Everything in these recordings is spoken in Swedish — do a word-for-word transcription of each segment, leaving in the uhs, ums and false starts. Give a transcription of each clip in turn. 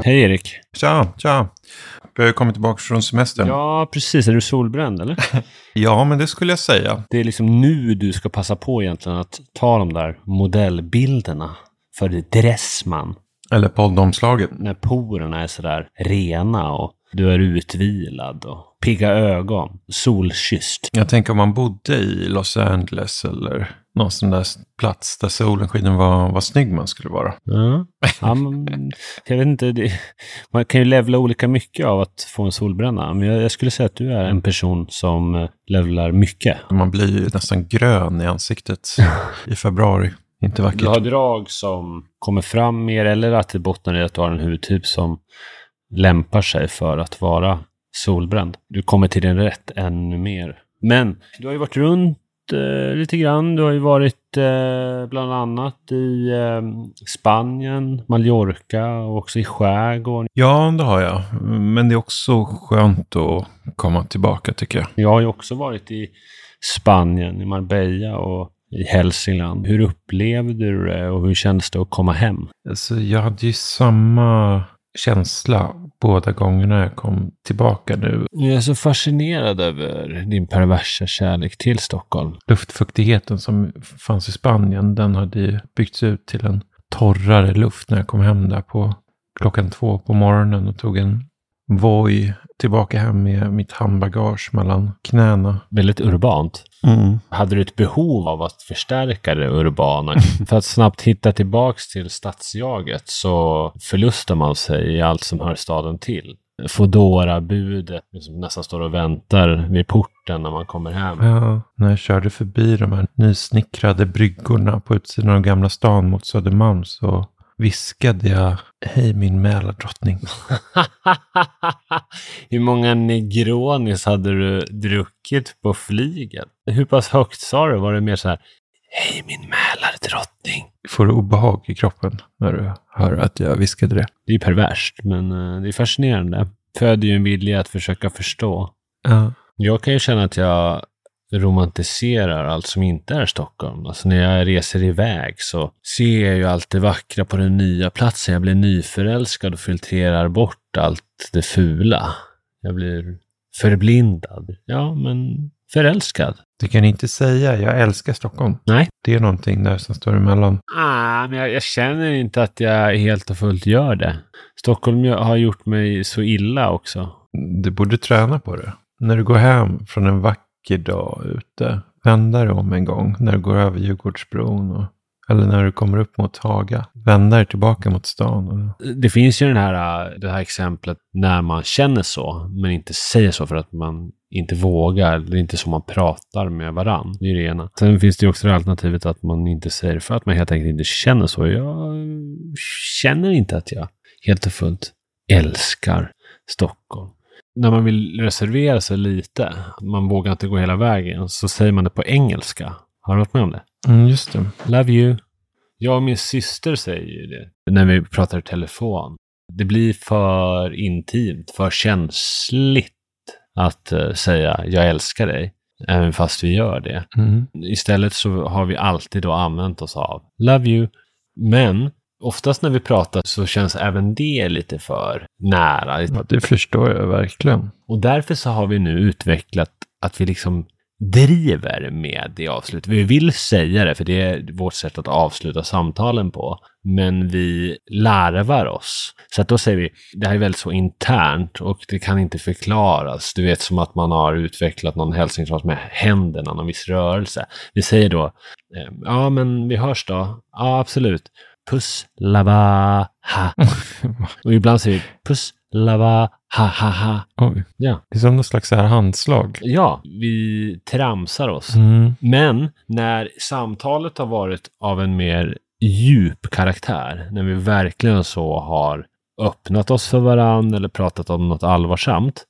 Hej Erik. Tja, tja. Vi har ju kommit tillbaka från semestern. Ja, precis. Är du solbränd, eller? Ja, men det skulle jag säga. Det är liksom nu du ska passa på egentligen att ta de där modellbilderna för Dressman. Eller poddomslaget. När porerna är sådär rena och du är utvilad och pigga ögon, solkysst. Jag tänker om man bodde i Los Angeles eller någon sån där plats där solen skiner var, var snygg man skulle vara. Ja, ja men, jag vet inte, det, man kan ju levla olika mycket av att få en solbränna. Men jag, jag skulle säga att du är en person som levlar mycket. Man blir ju nästan grön i ansiktet i februari. Inte vackert. Du har drag som kommer fram mer, eller att det bottnar i att du har en hudtyp som lämpar sig för att vara solbränd. Du kommer till din rätt ännu mer. Men du har ju varit runt eh, lite grann. Du har ju varit eh, bland annat i eh, Spanien, Mallorca och också i skärgården. Ja, det har jag. Men det är också skönt att komma tillbaka, tycker jag. Jag har ju också varit i Spanien, i Marbella och i Hälsingland. Hur upplevde du det och hur kändes det att komma hem? Alltså, jag hade ju samma känsla båda gångerna jag kom tillbaka nu. Jag är så fascinerad över din perversa kärlek till Stockholm. Luftfuktigheten som fanns i Spanien, den hade ju byggts ut till en torrare luft när jag kom hem där på klockan två på morgonen och tog en Voi tillbaka hem med mitt handbagage mellan knäna. Väldigt urbant. Mm. Hade du ett behov av att förstärka det urbana? För att snabbt hitta tillbaks till stadsjaget så förlustar man sig i allt som hör staden till. Foodora-budet som nästan står och väntar vid porten när man kommer hem. Ja, när jag körde förbi de här nysnickrade bryggorna på utsidan av Gamla stan mot Södermalm så viskade jag, hej min Mälardrottning. Hur många Negronis hade du druckit på flyget? Hur pass högt sa du? Var det mer så här, hej min Mälardrottning? Får du obehag i kroppen när du hör att jag viskade det? Det är perverst, men uh, det är fascinerande. Föder ju en vilja att försöka förstå. Ja. Jag kan ju känna att jag romantiserar allt som inte är Stockholm. Alltså när jag reser iväg så ser jag ju allt det vackra på den nya platsen. Jag blir nyförälskad och filtrerar bort allt det fula. Jag blir förblindad. Ja, men förälskad. Du kan inte säga, jag älskar Stockholm. Nej. Det är någonting där som står emellan. Ah, men jag, jag känner inte att jag helt och fullt gör det. Stockholm har gjort mig så illa också. Du borde träna på det. När du går hem från en vacker dag ute, vända dig om en gång när du går över Djurgårdsbron och, eller när du kommer upp mot Haga, vända dig tillbaka mot stan. Och... Det finns ju den här, det här exemplet när man känner så men inte säger så för att man inte vågar, det är inte så man pratar med varann, det är det ena. Sen finns det ju också det alternativet att man inte säger för att man helt enkelt inte känner så. Jag känner inte att jag helt och fullt älskar Stockholm. När man vill reservera sig lite, man vågar inte gå hela vägen, så säger man det på engelska. Har du varit med om det? Mm, just det. Love you. Jag och min syster säger ju det när vi pratar i telefon. Det blir för intimt, för känsligt att uh, säga jag älskar dig, även fast vi gör det. Mm. Istället så har vi alltid då använt oss av love you. Men oftast när vi pratar så känns även det lite för nära. Ja, det förstår jag verkligen. Och därför så har vi nu utvecklat att vi liksom driver med det avslutet. Vi vill säga det för det är vårt sätt att avsluta samtalen på. Men vi larvar oss. Så att då säger vi, det här är väldigt så internt och det kan inte förklaras. Du vet, som att man har utvecklat någon hälsningsfras med händerna, någon viss rörelse. Vi säger då, ja men vi hörs då. Ja absolut. Puss, lava, ha. Och ibland säger vi puss, lava, ha, ha, ha. Oj. Ja. Det är som någon slags här handslag. Ja, vi tramsar oss. Mm. Men när samtalet har varit av en mer djup karaktär, när vi verkligen så har öppnat oss för varann eller pratat om något allvarsamt,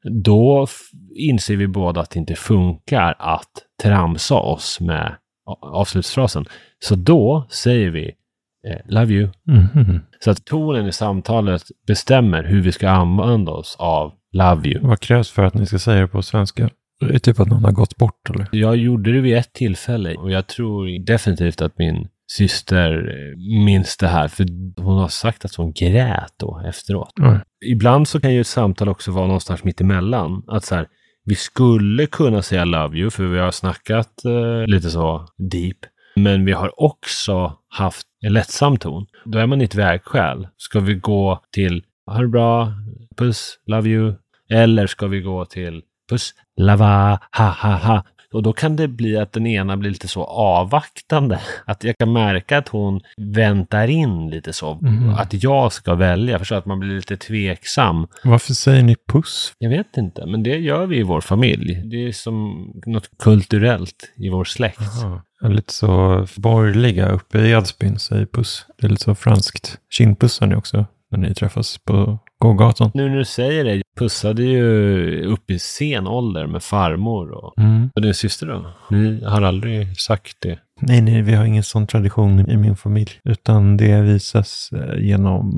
då inser vi båda att det inte funkar att tramsa oss med avslutsfrasen. Så då säger vi love you. Mm-hmm. Så att tonen i samtalet bestämmer hur vi ska använda oss av love you. Vad krävs för att ni ska säga det på svenska? Det är typ att någon har gått bort eller? Jag gjorde det vid ett tillfälle och jag tror definitivt att min syster minns det här, för hon har sagt att hon grät då efteråt. Mm. Ibland så kan ju ett samtal också vara någonstans mitt emellan. Att så här, vi skulle kunna säga love you, för vi har snackat eh, lite så deep. Men vi har också haft en lättsam ton. Då är man i ett vägskäl. Ska vi gå till ha det bra, puss, love you. Eller ska vi gå till puss, lava, ha ha ha. Och då kan det bli att den ena blir lite så avvaktande. Att jag kan märka att hon väntar in lite så. Mm. Att jag ska välja. För så att man blir lite tveksam. Varför säger ni puss? Jag vet inte. Men det gör vi i vår familj. Det är som något kulturellt i vår släkt. Aha. Lite så borgerliga uppe i Edsbyn säger puss. Det är lite så franskt. Kindpussar ni också när ni träffas på gågatan? Nu när du säger det, jag pussade ju upp i sen ålder med farmor och, mm. och din syster då. Ni har aldrig sagt det. Nej, nej, vi har ingen sån tradition i min familj. Utan det visas genom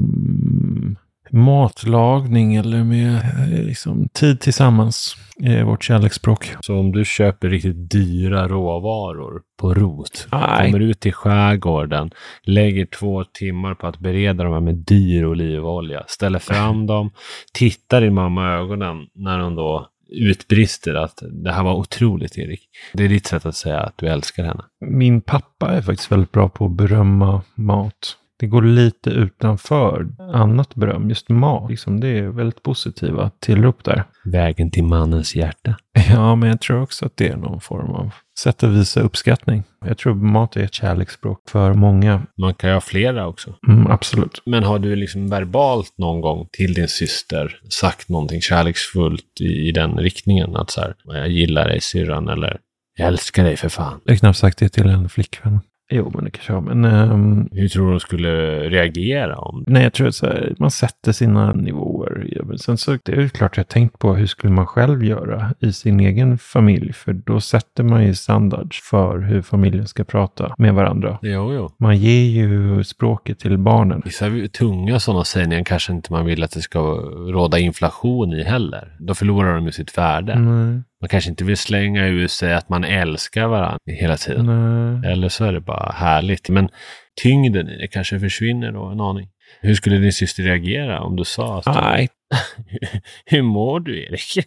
matlagning eller med liksom, tid tillsammans i vårt kärleksspråk. Så om du köper riktigt dyra råvaror på rot, Aj. kommer ut i skärgården, lägger två timmar på att bereda dem med dyr olivolja, ställer fram dem, tittar i mamma i ögonen när hon då utbrister att det här var otroligt, Erik. Det är ditt sätt att säga att du älskar henne. Min pappa är faktiskt väldigt bra på att berömma mat. Det går lite utanför annat beröm. Just mat, liksom, det är väldigt positiva tillrop där. Vägen till mannens hjärta. Ja, men jag tror också att det är någon form av sätt att visa uppskattning. Jag tror mat är ett kärleksspråk för många. Man kan ju ha flera också. Mm, absolut. Men har du liksom verbalt någon gång till din syster sagt någonting kärleksfullt i, i den riktningen? Att så här, jag gillar dig syrran, eller jag älskar dig för fan. Jag har knappt sagt det till en flickvän. Jo, men det kanske har. Men, um, hur tror du de skulle reagera om? Nej, jag tror att så här, man sätter sina nivåer. Ja, men sen så det är ju klart jag har tänkt på hur skulle man själv göra i sin egen familj. För då sätter man ju standards för hur familjen ska prata med varandra. Jo, jo. Man ger ju språket till barnen. Vissa tunga sådana sägningar kanske inte man vill att det ska råda inflation i heller. Då förlorar de ju sitt värde. Nej. Man kanske inte vill slänga ut sig att man älskar varandra hela tiden. Nej. Eller så är det bara härligt. Men tyngden i det kanske försvinner då en aning. Hur skulle din syster reagera om du sa att... Nej. Hur mår du, Erik?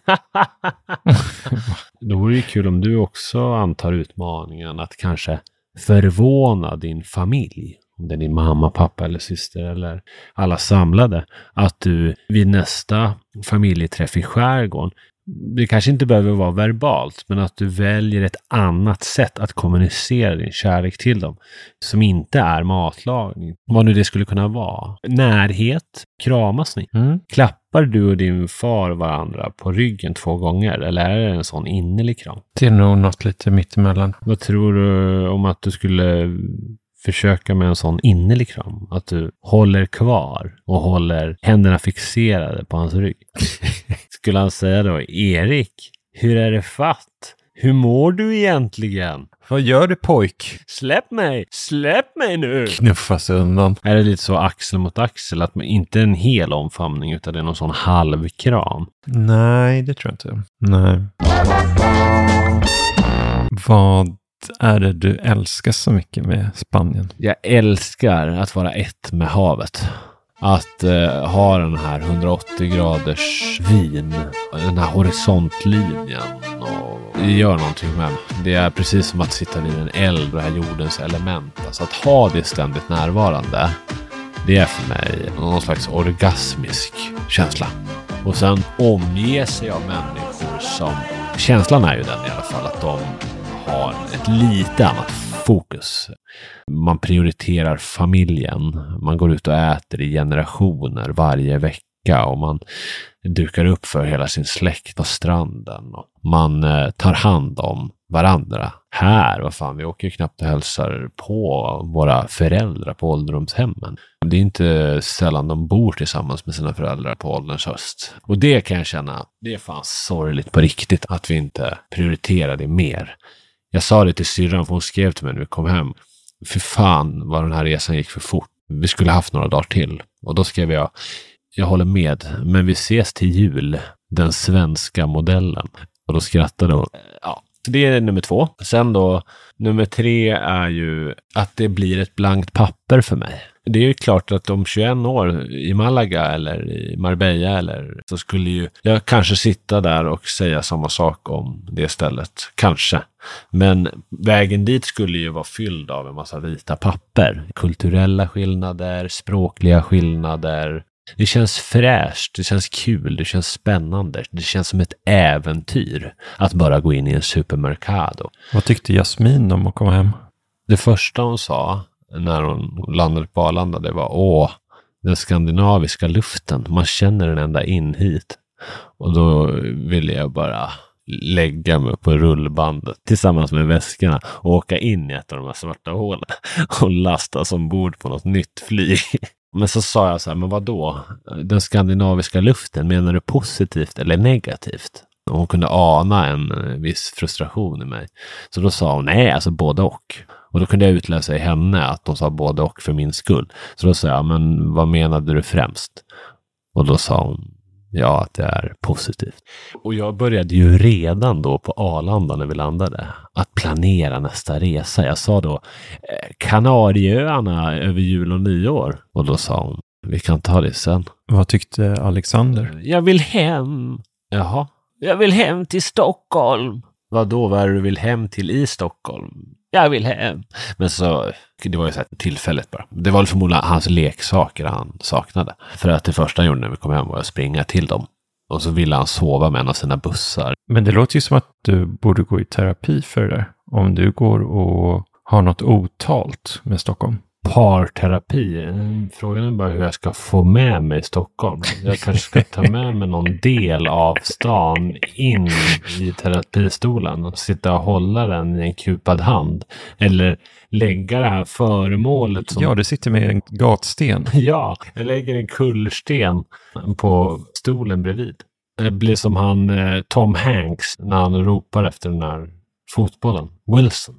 Då vore det ju kul om du också antar utmaningen att kanske förvåna din familj. Om det är din mamma, pappa eller syster eller alla samlade. Att du vid nästa familjeträff i skärgården, det kanske inte behöver vara verbalt, men att du väljer ett annat sätt att kommunicera din kärlek till dem som inte är matlagning. Vad nu det skulle kunna vara. Närhet, kramas ni? Mm. Klappar du och din far varandra på ryggen två gånger, eller är det en sån innerlig kram? Det är nog något lite mittemellan. Vad tror du om att du skulle försöka med en sån innerlig kram? Att du håller kvar och håller händerna fixerade på hans rygg. Skulle han säga då, Erik, hur är det fatt? Hur mår du egentligen? Vad gör du, pojk? Släpp mig! Släpp mig nu! Knuffas undan. Är det lite så axel mot axel? Att man inte är en hel omfamning utan det är någon sån halvkram? Nej, det tror jag inte. Nej. Vad är det du älskar så mycket med Spanien? Jag älskar att vara ett med havet. Att uh, ha den här hundraåttio graders vin, den här horisontlinjen, och det gör någonting med mig. Det är precis som att sitta vid en eld och här jordens element. Alltså att ha det ständigt närvarande, det är för mig någon slags orgasmisk känsla. Och sen omge sig av människor som, känslan är ju den i alla fall, att de har ett lite annat fokus. Man prioriterar familjen. Man går ut och äter i generationer varje vecka och man dukar upp för hela sin släkt på stranden. Och man eh, tar hand om varandra. Här, vad fan, vi åker knappt och hälsar på våra föräldrar på ålderdomshemmen. Det är inte sällan de bor tillsammans med sina föräldrar på ålderns höst. Och det kan jag känna, det är fan sorgligt på riktigt att vi inte prioriterar det mer. Jag sa det till syrran, för hon skrev till mig när vi kom hem. För fan vad den här resan gick för fort. Vi skulle haft några dagar till. Och då skrev jag, jag håller med, men vi ses till jul. Den svenska modellen. Och då skrattade hon. Ja, Så det är nummer två. Sen då, nummer tre är ju att det blir ett blankt papper för mig. Det är ju klart att om tjugoett år i Malaga eller i Marbella eller så skulle ju jag kanske sitta där och säga samma sak om det stället. Kanske. Men vägen dit skulle ju vara fylld av en massa vita papper. Kulturella skillnader, språkliga skillnader. Det känns fräscht, det känns kul, det känns spännande. Det känns som ett äventyr att bara gå in i en supermercado. Vad tyckte Jasmin om att komma hem? Det första hon sa när hon landade på Arlanda, det var åh, den skandinaviska luften. Man känner den ända in hit. Och då ville jag bara lägga mig på rullbandet tillsammans med väskorna och åka in i ett av de här svarta hålen och lastas ombord på något nytt flyg. Men så sa jag så här, men vad då? Den skandinaviska luften, menar du positivt eller negativt? Och hon kunde ana en viss frustration i mig. Så då sa hon, nej, alltså både och. Och då kunde jag utläsa i henne att hon sa både och för min skull. Så då sa jag, men vad menade du främst? Och då sa hon, ja, att det är positivt. Och jag började ju redan då på Arlanda när vi landade att planera nästa resa. Jag sa då Kanarieöarna över jul och nyår. Och då sa hon, vi kan ta det sen. Vad tyckte Alexander? Jag vill hem. Jaha. Jag vill hem till Stockholm. Vad då? Vad är du vill hem till i Stockholm? Jag vill hem. Men så, det var ju så här tillfälligt bara. Det var förmodligen hans leksaker han saknade. För att det första han gjorde när vi kom hem var att springa till dem. Och så ville han sova med en av sina bussar. Men det låter ju som att du borde gå i terapi för det där. Om du går och har något otalt med Stockholm. Parterapi. Frågan är bara hur jag ska få med mig Stockholm. Jag kanske ska ta med mig någon del av stan in i terapistolen och sitta och hålla den i en kupad hand. Eller lägga det här föremålet. Som... Ja, det sitter med en gatsten. Ja, jag lägger en kullsten på stolen bredvid. Det blir som han Tom Hanks när han ropar efter den här fotbollen. Wilson.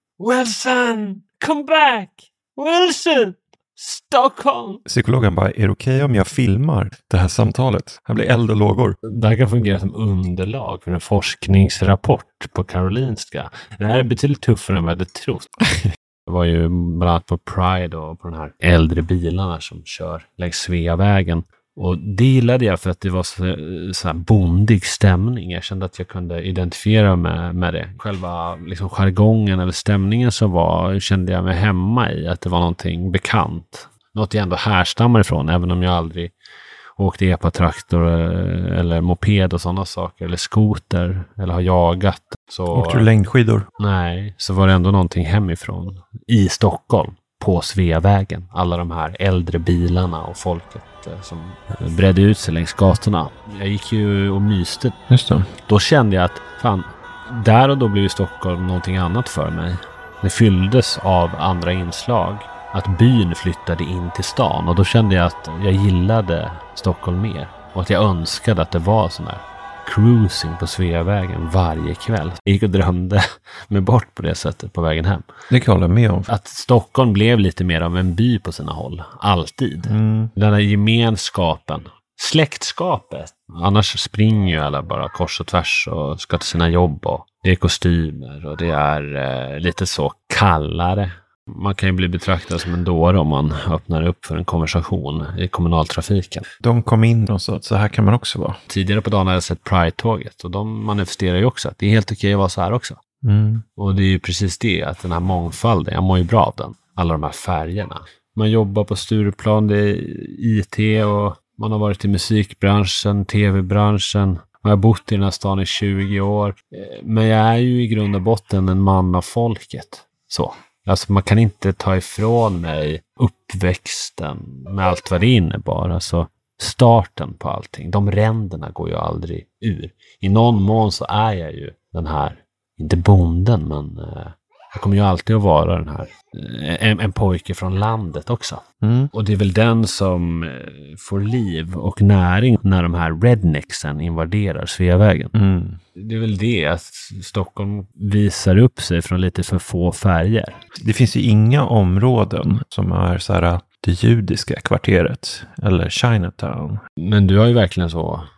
Wilson, come back! Wilson! Stockholm! Psykologen bara, är det okej om jag filmar det här samtalet? Här blir eld och lågor. Det här kan fungera som underlag för en forskningsrapport på Karolinska. Det här är betydligt tuffare än vad jag hade trott. Det var ju bland annat på Pride och på den här äldre bilarna som kör längs Sveavägen. Och det gillade jag för att det var så, så här bondig stämning. Jag kände att jag kunde identifiera med, med det. Själva liksom jargongen eller stämningen som var kände jag mig hemma i. Att det var någonting bekant. Något jag ändå härstammar ifrån. Även om jag aldrig åkte epatraktor eller moped och sådana saker. Eller skoter. Eller har jagat. Så, åkte du längdskidor? Nej, så var det ändå någonting hemifrån. I Stockholm. På Sveavägen. Alla de här äldre bilarna och folket som bredde ut sig längs gatorna. Jag gick ju och myste. Just det. Då kände jag att fan, där och då blev ju Stockholm någonting annat för mig. Det fylldes av andra inslag. Att byn flyttade in till stan. Och då kände jag att jag gillade Stockholm mer. Och att jag önskade att det var sån här cruising på Sveavägen varje kväll. Jag gick och drömde mig bort på det sättet på vägen hem. Det kan jag hålla med om. Att Stockholm blev lite mer av en by på sina håll. Alltid. Mm. Den här gemenskapen. Släktskapet. Annars springer ju alla bara kors och tvärs och ska till sina jobb. Och det är kostymer och det är eh, lite så kallare. Man kan ju bli betraktad som en dåre om man öppnar upp för en konversation i kommunaltrafiken. De kom in och sa att så här kan man också vara. Tidigare på dagen hade jag sett Pride-tåget och de manifesterar ju också att det är helt okej att vara så här också. Mm. Och det är ju precis det, att den här mångfalden, jag mår ju bra av den. Alla de här färgerna. Man jobbar på Stureplan, det är I T och man har varit i musikbranschen, tv-branschen. Jag har bott i den här stan i tjugo år. Men jag är ju i grund och botten en man av folket. Så. Alltså man kan inte ta ifrån mig uppväxten med allt vad det innebar. Alltså starten på allting. De ränderna går ju aldrig ur. I någon mån så är jag ju den här, inte bonden, men eh, jag kommer ju alltid att vara den här, en, en pojke från landet också. Mm. Och det är väl den som eh, får liv och näring när de här rednexen invaderar Sveavägen. Mm. Det är väl det att Stockholm visar upp sig från lite för få färger. Det finns ju inga områden som är så här det judiska kvarteret eller Chinatown. Men du har ju verkligen så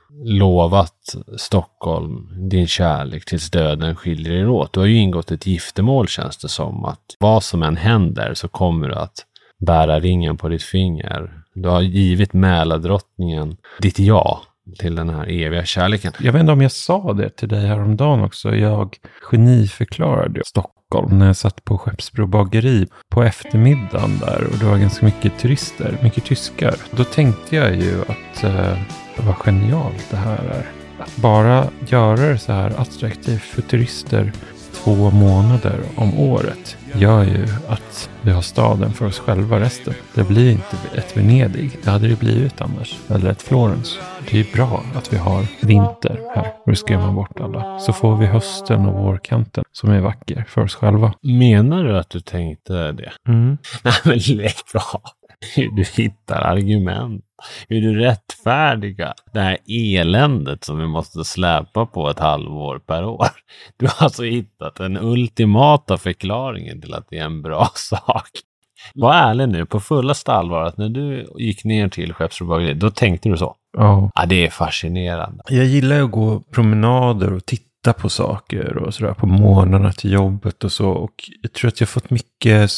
lovat Stockholm din kärlek tills döden skiljer er åt. Du har ju ingått ett giftermål, känns det som, att vad som än händer så kommer du att bära ringen på ditt finger. Du har givit Mälardrottningen ditt ja till den här eviga kärleken. Jag vet inte om jag sa det till dig häromdagen också. Jag geniförklarade Stockholm när jag satt på Skeppsbro bageri på eftermiddagen där. Och det var ganska mycket turister, mycket tyskar. Då tänkte jag ju att eh, vad genialt det här är. Att bara göra det så här attraktivt för turister två månader om året gör ju att vi har staden för oss själva resten. Det blir inte ett Venedig. Det hade det blivit annars. Eller ett Florens. Det är ju bra att vi har vinter här. Och det skrev man bort alla. Så får vi hösten och vårkanten som är vacker för oss själva. Menar du att du tänkte det? Mm. Nej, men lägg av. Hur du hittar argument. Hur du rättfärdiga det här eländet som vi måste släpa på ett halvår per år. Du har alltså hittat den ultimata förklaringen till att det är en bra sak. Var ärlig nu, på fullaste allvar, att när du gick ner till Skeppsbro bageri, då tänkte du så? Ja. Ja, det är fascinerande. Jag gillar att gå promenader och titta på saker och sådär på morgnarna till jobbet och så. Och jag tror att jag fått mycket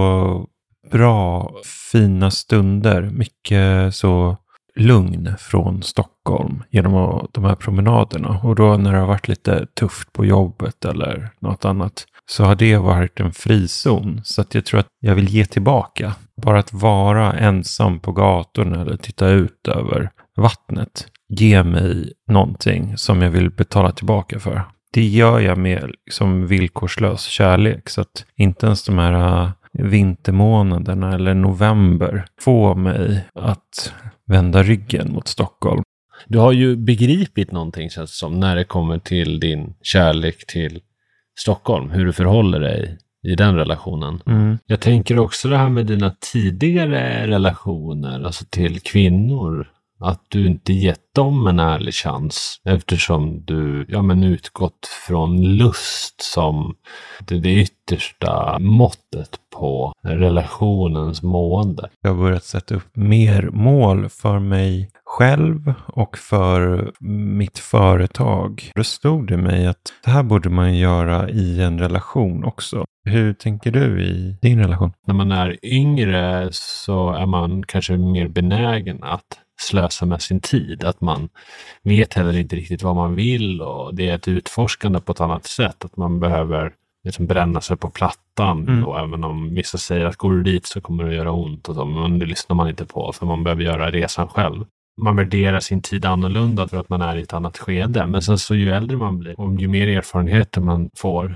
så bra, fina stunder. Mycket så lugn från Stockholm genom de här promenaderna. Och då när det har varit lite tufft på jobbet eller något annat så har det varit en frizon. Så att jag tror att jag vill ge tillbaka. Bara att vara ensam på gatorna eller titta ut över vattnet. Ge mig någonting som jag vill betala tillbaka för. Det gör jag med liksom villkorslös kärlek. Så att inte ens de här vintermånaderna eller november får mig att vända ryggen mot Stockholm. Du har ju begripit någonting, känns det som, när det kommer till din kärlek till Stockholm. Hur du förhåller dig i den relationen. Mm. Jag tänker också det här med dina tidigare relationer, alltså till kvinnor. Att du inte gett dem en ärlig chans eftersom du ja, men utgått från lust som det, det yttersta måttet på relationens mående. Jag har börjat sätta upp mer mål för mig själv och för mitt företag. Då stod det mig att det här borde man göra i en relation också. Hur tänker du i din relation? När man är yngre så är man kanske mer benägen att slösa med sin tid. Att man vet heller inte riktigt vad man vill och det är ett utforskande på ett annat sätt. Att man behöver liksom bränna sig på plattan mm. och även om vissa säger att går du dit så kommer det göra ont och så, men det lyssnar man inte på för man behöver göra resan själv. Man värderar sin tid annorlunda för att man är i ett annat skede. Men sen så ju äldre man blir och ju mer erfarenheter man får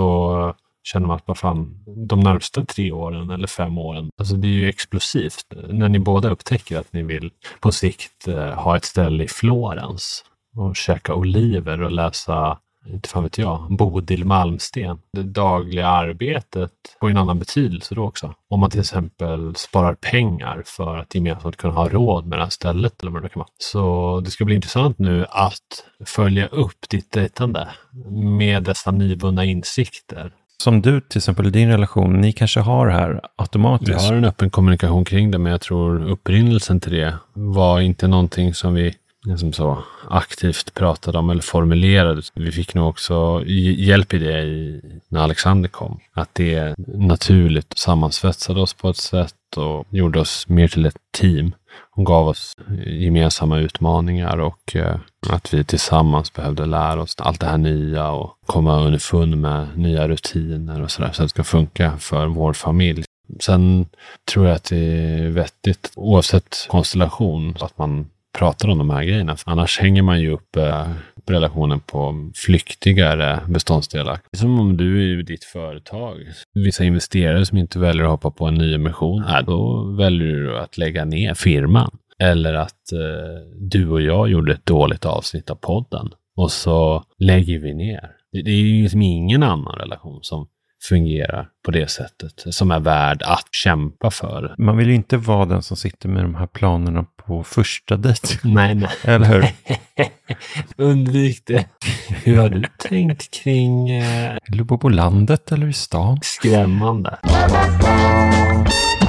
så känner man att vad fan, de närmsta tre åren eller fem åren, alltså det är ju explosivt. När ni båda upptäcker att ni vill på sikt eh, ha ett ställe i Florens och käka oliver och läsa, inte fan vet jag, Bodil Malmsten. Det dagliga arbetet får en annan betydelse då också. Om man till exempel sparar pengar för att gemensamt kunna ha råd med det här stället eller vad det kan vara. Så det ska bli intressant nu att följa upp ditt dejtande med dessa nyvunna insikter. Som du till exempel i din relation, ni kanske har det här automatiskt. Vi har en öppen kommunikation kring det, men jag tror upprinnelsen till det var inte någonting som vi som så aktivt pratade om eller formulerade. Vi fick nog också hjälp i det i, när Alexander kom. Att det naturligt sammansvetsade oss på ett sätt och gjorde oss mer till ett team. Hon gav oss gemensamma utmaningar och eh, att vi tillsammans behövde lära oss allt det här nya och komma underfund med nya rutiner och sådär så att det ska funka för vår familj. Sen tror jag att det är vettigt oavsett konstellation att man pratar om de här grejerna. För annars hänger man ju upp eh, relationen på flyktigare beståndsdelar. Som om du är i ditt företag. Vissa investerare som inte väljer att hoppa på en ny emission, äh, då väljer du att lägga ner firman. Eller att eh, du och jag gjorde ett dåligt avsnitt av podden. Och så lägger vi ner. Det, det är ju liksom ingen annan relation som fungerar på det sättet. Som är värd att kämpa för. Man vill ju inte vara den som sitter med de här planerna på första dejt. Nej, nej. Eller hur? Undvik det. Hur har du tänkt kring... Eh... Vill du bo på landet eller i stan? Skrämmande.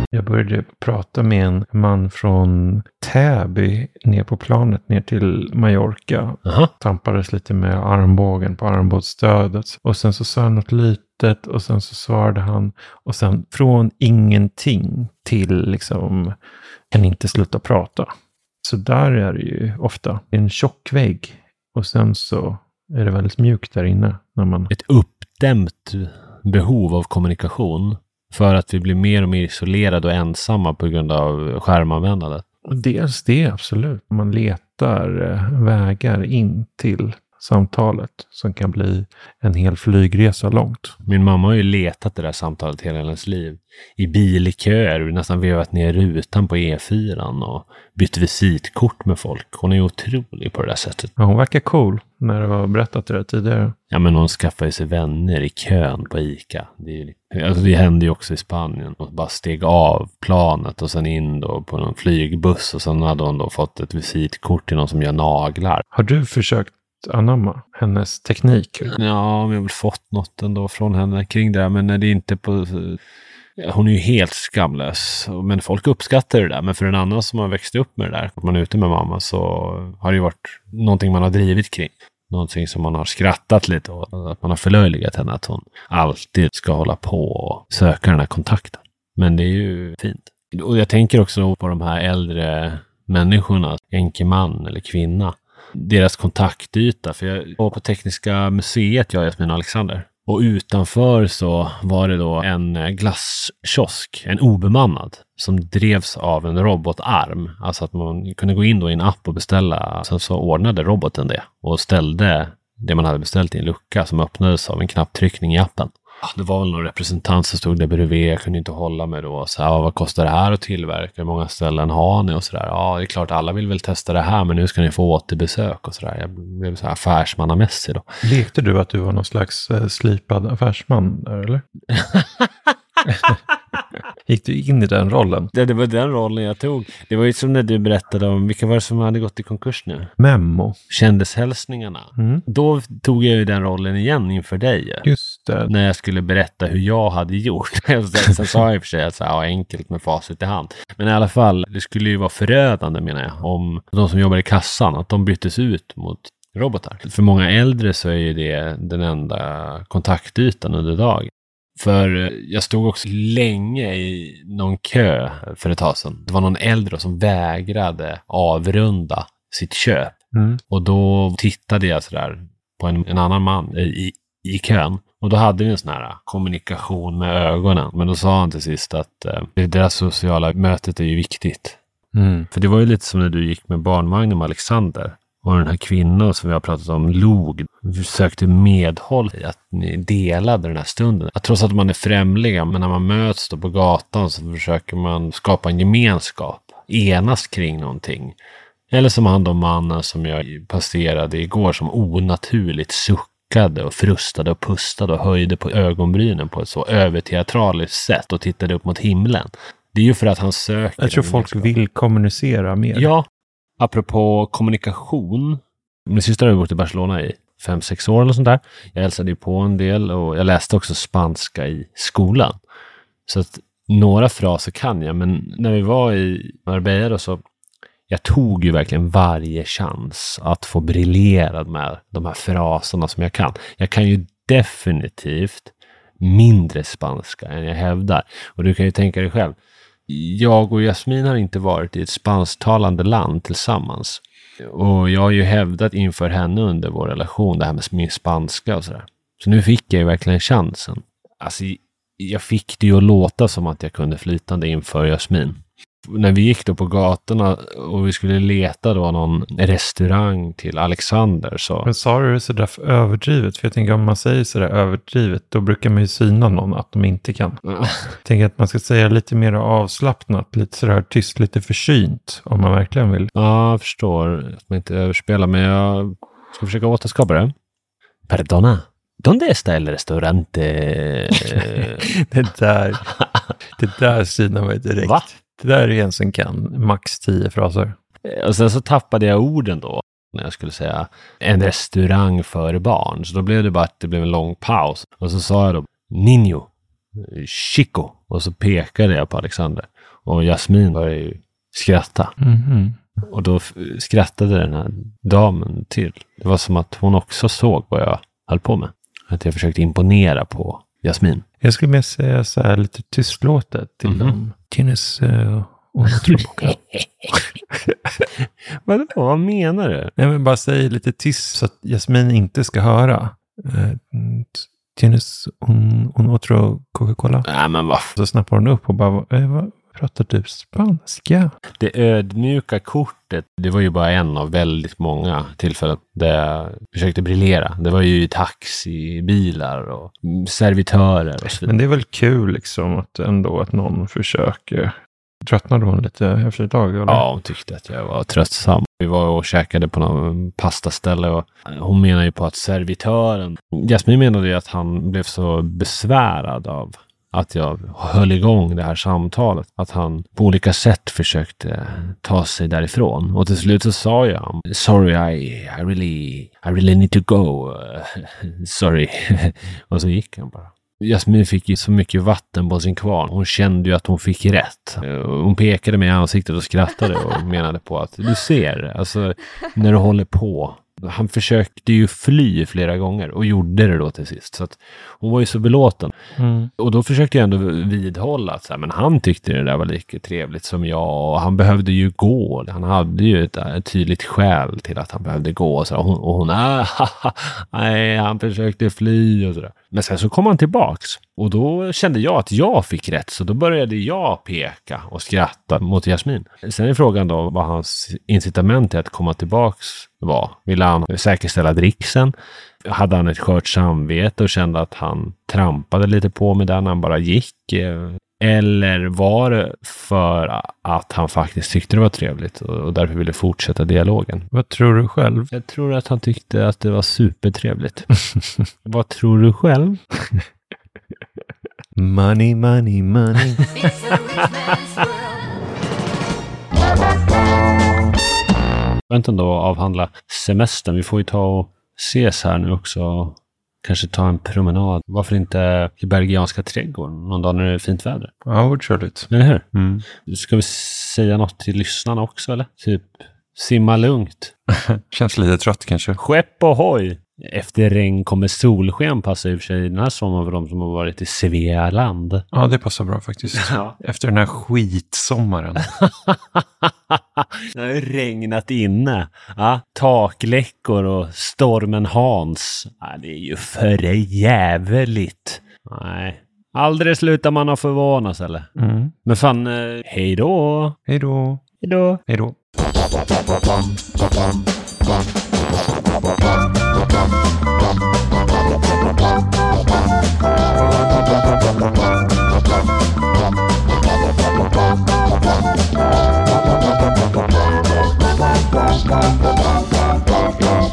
Jag började prata med en man från Täby ner på planet ner till Mallorca. Aha. Tampades lite med armbågen på armbågsstödet. Och sen så sa han något litet och sen så svarade han. Och sen från ingenting till liksom kan inte sluta prata. Så där är det ju ofta en tjock vägg. Och sen så är det väldigt mjukt där inne. När man... Ett uppdämt behov av kommunikation. För att vi blir mer och mer isolerade och ensamma på grund av skärmanvändandet. Dels det, absolut. Man letar eh, vägar in till samtalet som kan bli en hel flygresa långt. Min mamma har ju letat det där samtalet hela hennes liv. I bilköer och nästan vevat ner rutan på E fyra och bytt visitkort med folk. Hon är ju otrolig på det där sättet. Ja, hon verkar cool när det var berättat det där tidigare. Ja, men hon skaffade sig vänner i kön på ICA. Det, är, alltså det hände ju också i Spanien. Och bara steg av planet och sen in då på en flygbuss. Och sen hade hon då fått ett visitkort till någon som gör naglar. Har du försökt anamma hennes teknik? Ja, men jag har väl fått något ändå från henne kring det. Men när det inte på... Hon är ju helt skamlös. Men folk uppskattar det där. Men för en annan som har växt upp med det där, att man är ute med mamma, så har det ju varit någonting man har drivit kring. Någonting som man har skrattat lite åt. Att man har förlöjligat henne, att hon alltid ska hålla på och söka den här kontakten. Men det är ju fint. Och jag tänker också på de här äldre människorna, enkeman eller kvinna. Deras kontaktyta. För jag var på Tekniska museet, jag och Jasmin och Alexander. Och utanför så var det då en glasskiosk, en obemannad, som drevs av en robotarm. Alltså att man kunde gå in då i en app och beställa. Sen så ordnade roboten det och ställde det man hade beställt i en lucka som öppnades av en knapptryckning i appen. Det var väl någon representant som stod där bredvid. Jag kunde inte hålla mig då. Så här, vad kostar det här att tillverka? Hur många ställen har ni? Och sådär. Ja, det är klart alla vill väl testa det här, men nu ska ni få återbesök och sådär. Jag blev så här affärsmannamässig då. Lekte du att du var någon slags eh, slipad affärsman där, eller? Gick du in i den rollen? Det, det var den rollen jag tog. Det var ju som när du berättade om vilka var det som hade gått i konkurs nu. Memmo. Kändeshälsningarna. Mm. Då tog jag ju den rollen igen inför dig. Just det. När jag skulle berätta hur jag hade gjort. Sen sa jag i och för sig att så här, ja, enkelt med facit i hand. Men i alla fall, det skulle ju vara förödande, menar jag, om de som jobbar i kassan, att de byttes ut mot robotar. För många äldre så är ju det den enda kontaktytan under dagen. För jag stod också länge i någon kö för ett tag sedan. Det var någon äldre som vägrade avrunda sitt köp. Mm. Och då tittade jag sådär på en, en annan man i, i kön. Och då hade vi en sån här kommunikation med ögonen. Men då sa han till sist att eh, det där sociala mötet är ju viktigt. Mm. För det var ju lite som när du gick med barnvagnen med Alexander. Och den här kvinnan som vi har pratat om log. Vi sökte medhåll i att ni delade den här stunden. Att trots att man är främliga, men när man möts då på gatan så försöker man skapa en gemenskap. Enas kring någonting. Eller som han de mannen som jag passerade igår som onaturligt suckade och frustade och pustade och höjde på ögonbrynen på ett så överteatraliskt sätt och tittade upp mot himlen. Det är ju för att han söker... Jag tror folk vill kommunicera mer. Ja. Apropå kommunikation. Min syster har bott i Barcelona i fem sex år eller sånt där. Jag hälsade ju på en del och jag läste också spanska i skolan. Så att några fraser kan jag. Men när vi var i Marbella då så jag tog ju verkligen varje chans att få briljera med de här fraserna som jag kan. Jag kan ju definitivt mindre spanska än jag hävdar. Och du kan ju tänka dig själv. Jag och Jasmin har inte varit i ett spansktalande land tillsammans. Och jag har ju hävdat inför henne under vår relation det här med min spanska och sådär. Så nu fick jag ju verkligen chansen. Alltså jag fick det ju att låta som att jag kunde flytande inför Jasmin. När vi gick då på gatorna och vi skulle leta då någon restaurang till Alexander så... Men sa du det sådär för överdrivet? För jag tänker om man säger sådär överdrivet då brukar man ju syna någon att de inte kan. Jag tänker att man ska säga lite mer avslappnat, lite sådär tyst, lite försynt om man verkligen vill. Ja, jag förstår att man inte överspelar, men jag ska försöka återskapa det. Perdona. ¿Dónde está el restaurante? det där, det där synar mig direkt. Va? Det där är en som kan max tio fraser. Och sen så tappade jag orden då när jag skulle säga en restaurang för barn. Så då blev det bara att det blev en lång paus. Och så sa jag då Niño, Chico. Och så pekade jag på Alexander. Och Jasmin började ju skratta. Mhm. Och då f- skrattade den här damen till. Det var som att hon också såg vad jag höll på med. Att jag försökte imponera på Jasmin. Jag skulle mer säga så här lite tystlåtet till Mhm. dem. Tienes uh, otra boca. Vadå? Vad menar du? Nej, men bara säg lite tyst så att Jasmin inte ska höra. Uh, Tienes un, un otro Coca-Cola. Nej, men vad Så snappar hon upp och bara, eh, vad pratar du spanska? Det ödmjuka kortet, det var ju bara en av väldigt många tillfällen där jag försökte briljera. Det var ju i taxi, bilar och servitörer och så vidare. Men det är väl kul liksom att ändå att någon försöker. Tröttnade hon lite efter ett tag? Eller? Ja, hon tyckte att jag var tröttsam. Vi var och käkade på någon pastaställe och hon menar ju på att servitören... Jasmin menade ju att han blev så besvärad av att jag höll igång det här samtalet. Att han på olika sätt försökte ta sig därifrån. Och till slut så sa jag han, sorry, I, I really I really need to go. Sorry. Och så gick han bara. Jasmin fick ju så mycket vatten på sin kvarn. Hon kände ju att hon fick rätt. Hon pekade mig i ansiktet och skrattade och menade på att du ser, alltså när du håller på. Han försökte ju fly flera gånger och gjorde det då till sist. Så att hon var ju så belåten. Mm. Och då försökte jag ändå vidhålla att så här, men han tyckte det där var lika trevligt som jag. Och han behövde ju gå. Han hade ju ett, ett tydligt skäl till att han behövde gå. Och, så, och hon, och hon ah, nej, han försökte fly och sådär. Men sen så kom han tillbaks. Och då kände jag att jag fick rätt. Så då började jag peka och skratta mot Jasmin. Sen är frågan då vad hans incitament till att komma tillbaks var. Ville han säkerställa dricksen? Hade han ett skört samvete och kände att han trampade lite på med den när han bara gick? Eller var det för att han faktiskt tyckte det var trevligt och därför ville fortsätta dialogen? Vad tror du själv? Jag tror att han tyckte att det var supertrevligt. Vad tror du själv? Money, money, money. Vänta då avhandla semestern. Vi får ju ta och ses här nu också. Kanske ta en promenad. Varför inte i Bergianska trädgården någon dag när det är fint väder? Ja, otroligt. Eller hur? Mm. Ska vi säga något till lyssnarna också eller? Typ simma lugnt. Känns lite trött kanske. Skepp och hoj! Efter regn kommer solsken passar i och för sig den här sommaren för de som har varit i Svealand. Ja, det passar bra faktiskt. Ja. Efter den här skitsommaren. Det har ju regnat inne. Ja, takläckor och stormen Hans. Ja, det är ju för jävligt. Nej. Aldrig slutar man att förvånas eller? Mm. Men fan, eh, hej då. Hej då. Hej då. Hej då. Bye.